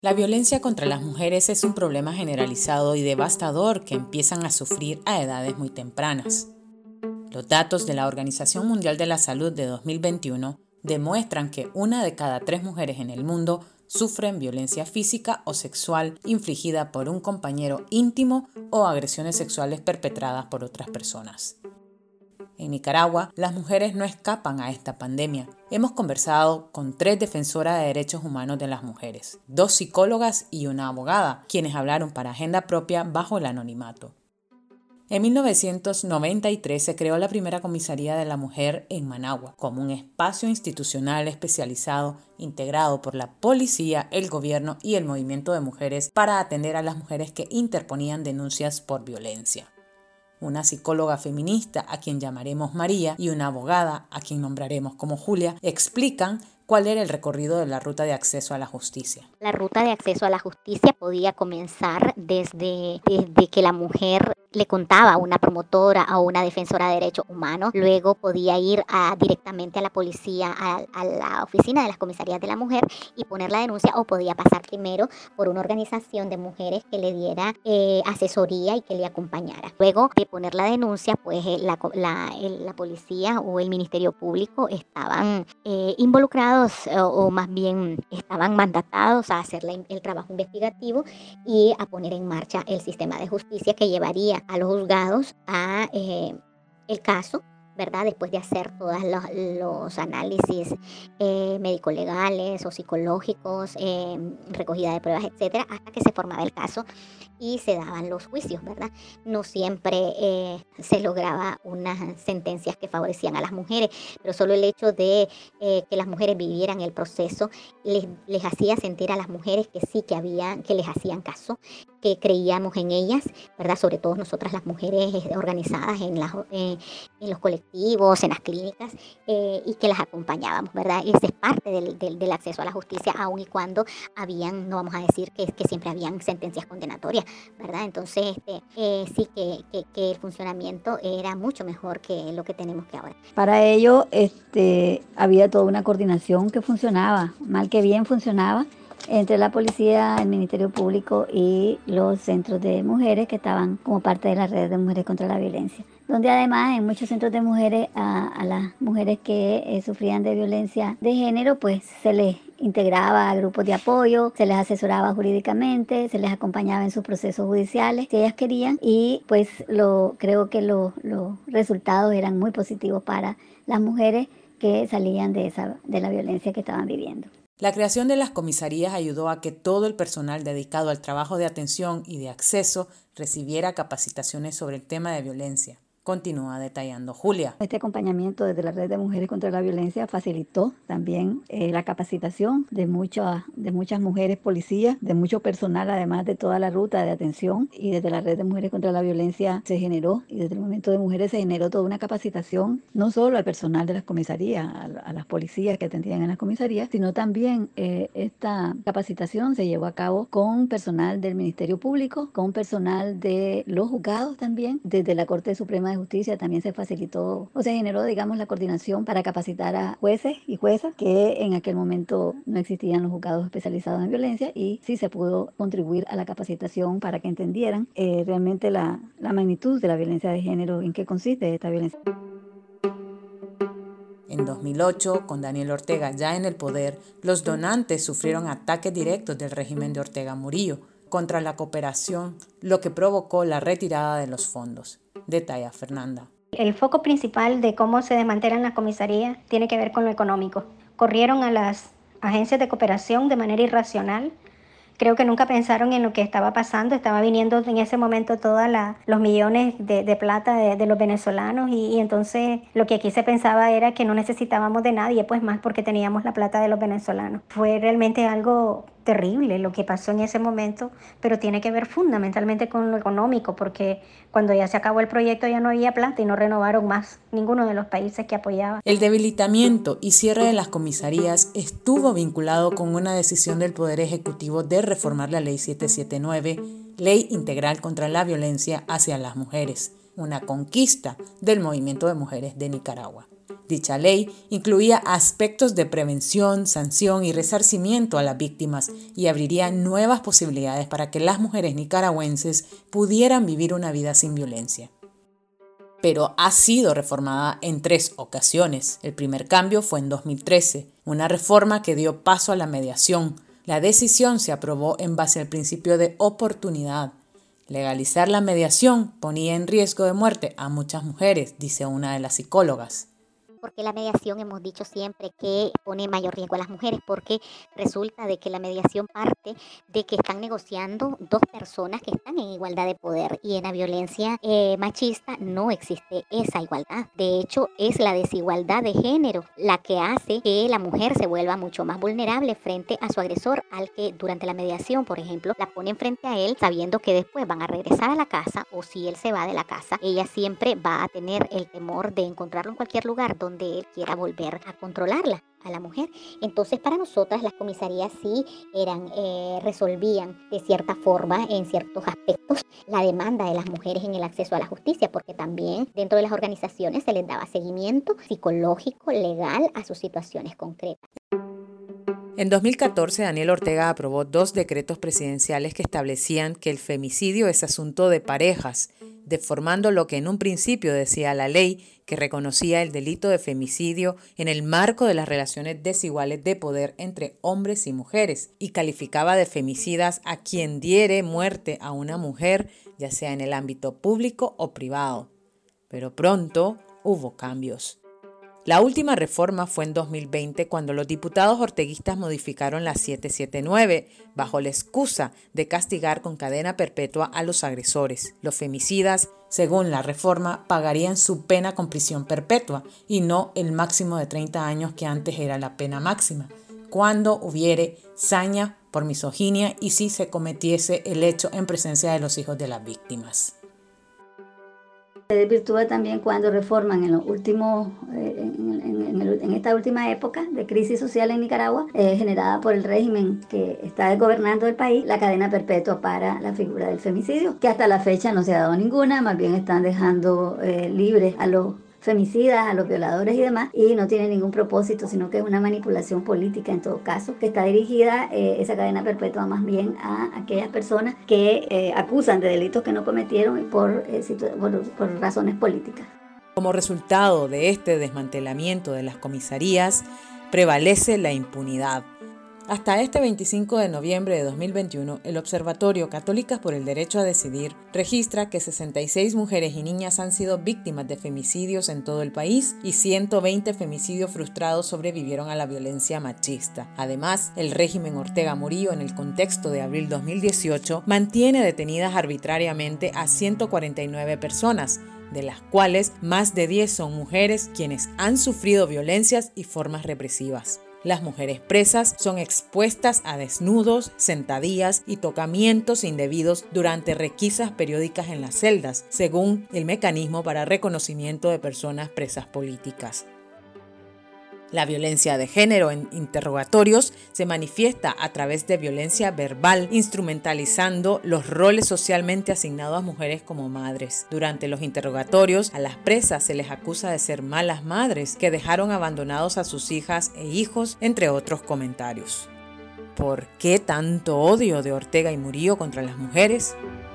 La violencia contra las mujeres es un problema generalizado y devastador que empiezan a sufrir a edades muy tempranas. Los datos de la Organización Mundial de la Salud de 2021 demuestran que 1 de cada 3 mujeres en el mundo sufren violencia física o sexual infligida por un compañero íntimo o agresiones sexuales perpetradas por otras personas. En Nicaragua, las mujeres no escapan a esta pandemia. Hemos conversado con 3 defensoras de derechos humanos de las mujeres, 2 psicólogas y una abogada, quienes hablaron para Agenda Propia bajo el anonimato. En 1993 se creó la primera comisaría de la mujer en Managua, como un espacio institucional especializado integrado por la policía, el gobierno y el movimiento de mujeres para atender a las mujeres que interponían denuncias por violencia. Una psicóloga feminista, a quien llamaremos María, y una abogada, a quien nombraremos como Julia, explican cuál era el recorrido de la ruta de acceso a la justicia. La ruta de acceso a la justicia podía comenzar desde que la mujer le contaba a una promotora o una defensora de derechos humanos, luego podía ir directamente a la policía, a la oficina de las comisarías de la mujer y poner la denuncia, o podía pasar primero por una organización de mujeres que le diera asesoría y que le acompañara. Luego de poner la denuncia, pues la policía o el Ministerio Público estaban involucrados o más bien estaban mandatados a hacer el trabajo investigativo y a poner en marcha el sistema de justicia que llevaría a los juzgados a el caso, ¿verdad? Después de hacer todos los análisis médico-legales o psicológicos, recogida de pruebas, etcétera, hasta que se formaba el caso y se daban los juicios, ¿verdad? No siempre se lograba unas sentencias que favorecían a las mujeres, pero solo el hecho de que las mujeres vivieran el proceso les hacía sentir a las mujeres que sí, que les hacían caso, que creíamos en ellas, ¿verdad? Sobre todo nosotras las mujeres organizadas en los colectivos, en las clínicas, y que las acompañábamos, ¿verdad? Esa es parte del acceso a la justicia, aun y cuando no vamos a decir que siempre habían sentencias condenatorias, ¿verdad? Entonces, sí que el funcionamiento era mucho mejor que lo que tenemos que ahora. Para ello, había toda una coordinación que funcionaba, mal que bien funcionaba, entre la policía, el Ministerio Público y los centros de mujeres que estaban como parte de la red de mujeres contra la violencia, donde además en muchos centros de mujeres a las mujeres que sufrían de violencia de género, pues se les integraba a grupos de apoyo, se les asesoraba jurídicamente, se les acompañaba en sus procesos judiciales si ellas querían, y pues creo que los resultados eran muy positivos para las mujeres que salían de la violencia que estaban viviendo. La creación de las comisarías ayudó a que todo el personal dedicado al trabajo de atención y de acceso recibiera capacitaciones sobre el tema de violencia. Continúa detallando Julia. Este acompañamiento desde la Red de Mujeres contra la Violencia facilitó también la capacitación de muchas mujeres policías, de mucho personal, además de toda la ruta de atención. Y desde la Red de Mujeres contra la Violencia se generó, y desde el Movimiento de Mujeres se generó toda una capacitación, no solo al personal de las comisarías, a las policías que atendían en las comisarías, sino también esta capacitación se llevó a cabo con personal del Ministerio Público, con personal de los juzgados también, desde la Corte Suprema de Justicia también se facilitó o se generó, digamos, la coordinación para capacitar a jueces y juezas que en aquel momento no existían los juzgados especializados en violencia, y sí se pudo contribuir a la capacitación para que entendieran realmente la magnitud de la violencia de género, en qué consiste esta violencia. En 2008, con Daniel Ortega ya en el poder, los donantes sufrieron ataques directos del régimen de Ortega Murillo contra la cooperación, lo que provocó la retirada de los fondos. Detalla Fernanda. El foco principal de cómo se desmantelan las comisarías tiene que ver con lo económico. Corrieron a las agencias de cooperación de manera irracional. Creo que nunca pensaron en lo que estaba pasando. Estaba viniendo en ese momento todos los millones de plata de los venezolanos, y entonces lo que aquí se pensaba era que no necesitábamos de nadie, pues más porque teníamos la plata de los venezolanos. Fue realmente algo terrible lo que pasó en ese momento, pero tiene que ver fundamentalmente con lo económico, porque cuando ya se acabó el proyecto ya no había plata y no renovaron más ninguno de los países que apoyaba. El debilitamiento y cierre de las comisarías estuvo vinculado con una decisión del Poder Ejecutivo de reformar la Ley 779, Ley Integral contra la Violencia hacia las Mujeres, una conquista del movimiento de mujeres de Nicaragua. Dicha ley incluía aspectos de prevención, sanción y resarcimiento a las víctimas y abriría nuevas posibilidades para que las mujeres nicaragüenses pudieran vivir una vida sin violencia. Pero ha sido reformada en 3 ocasiones. El primer cambio fue en 2013, una reforma que dio paso a la mediación. La decisión se aprobó en base al principio de oportunidad. Legalizar la mediación ponía en riesgo de muerte a muchas mujeres, dice una de las psicólogas. Porque la mediación hemos dicho siempre que pone mayor riesgo a las mujeres, porque resulta de que la mediación parte de que están negociando 2 personas que están en igualdad de poder, y en la violencia machista no existe esa igualdad. De hecho, es la desigualdad de género la que hace que la mujer se vuelva mucho más vulnerable frente a su agresor, al que durante la mediación, por ejemplo, la ponen frente a él sabiendo que después van a regresar a la casa, o si él se va de la casa, ella siempre va a tener el temor de encontrarlo en cualquier lugar donde él quiera volver a controlarla a la mujer. Entonces, para nosotras las comisarías sí resolvían de cierta forma, en ciertos aspectos, la demanda de las mujeres en el acceso a la justicia, porque también dentro de las organizaciones se les daba seguimiento psicológico, legal a sus situaciones concretas. En 2014, Daniel Ortega aprobó 2 decretos presidenciales que establecían que el femicidio es asunto de parejas, deformando lo que en un principio decía la ley, que reconocía el delito de femicidio en el marco de las relaciones desiguales de poder entre hombres y mujeres, y calificaba de femicidas a quien diere muerte a una mujer, ya sea en el ámbito público o privado. Pero pronto hubo cambios. La última reforma fue en 2020, cuando los diputados orteguistas modificaron la 779 bajo la excusa de castigar con cadena perpetua a los agresores. Los femicidas, según la reforma, pagarían su pena con prisión perpetua y no el máximo de 30 años que antes era la pena máxima, cuando hubiere saña por misoginia y si se cometiese el hecho en presencia de los hijos de las víctimas. Se desvirtúa también cuando reforman en los últimos, en esta última época de crisis social en Nicaragua, generada por el régimen que está gobernando el país, la cadena perpetua para la figura del femicidio, que hasta la fecha no se ha dado ninguna, más bien están dejando libres a los femicidas, a los violadores y demás, y no tiene ningún propósito, sino que es una manipulación política en todo caso, que está dirigida esa cadena perpetua más bien a aquellas personas que acusan de delitos que no cometieron por razones políticas. Como resultado de este desmantelamiento de las comisarías, prevalece la impunidad. Hasta este 25 de noviembre de 2021, el Observatorio Católicas por el Derecho a Decidir registra que 66 mujeres y niñas han sido víctimas de femicidios en todo el país y 120 femicidios frustrados sobrevivieron a la violencia machista. Además, el régimen Ortega Murillo, en el contexto de abril 2018, mantiene detenidas arbitrariamente a 149 personas, de las cuales más de 10 son mujeres quienes han sufrido violencias y formas represivas. Las mujeres presas son expuestas a desnudos, sentadillas y tocamientos indebidos durante requisas periódicas en las celdas, según el mecanismo para reconocimiento de personas presas políticas. La violencia de género en interrogatorios se manifiesta a través de violencia verbal, instrumentalizando los roles socialmente asignados a mujeres como madres. Durante los interrogatorios, a las presas se les acusa de ser malas madres que dejaron abandonados a sus hijas e hijos, entre otros comentarios. ¿Por qué tanto odio de Ortega y Murillo contra las mujeres?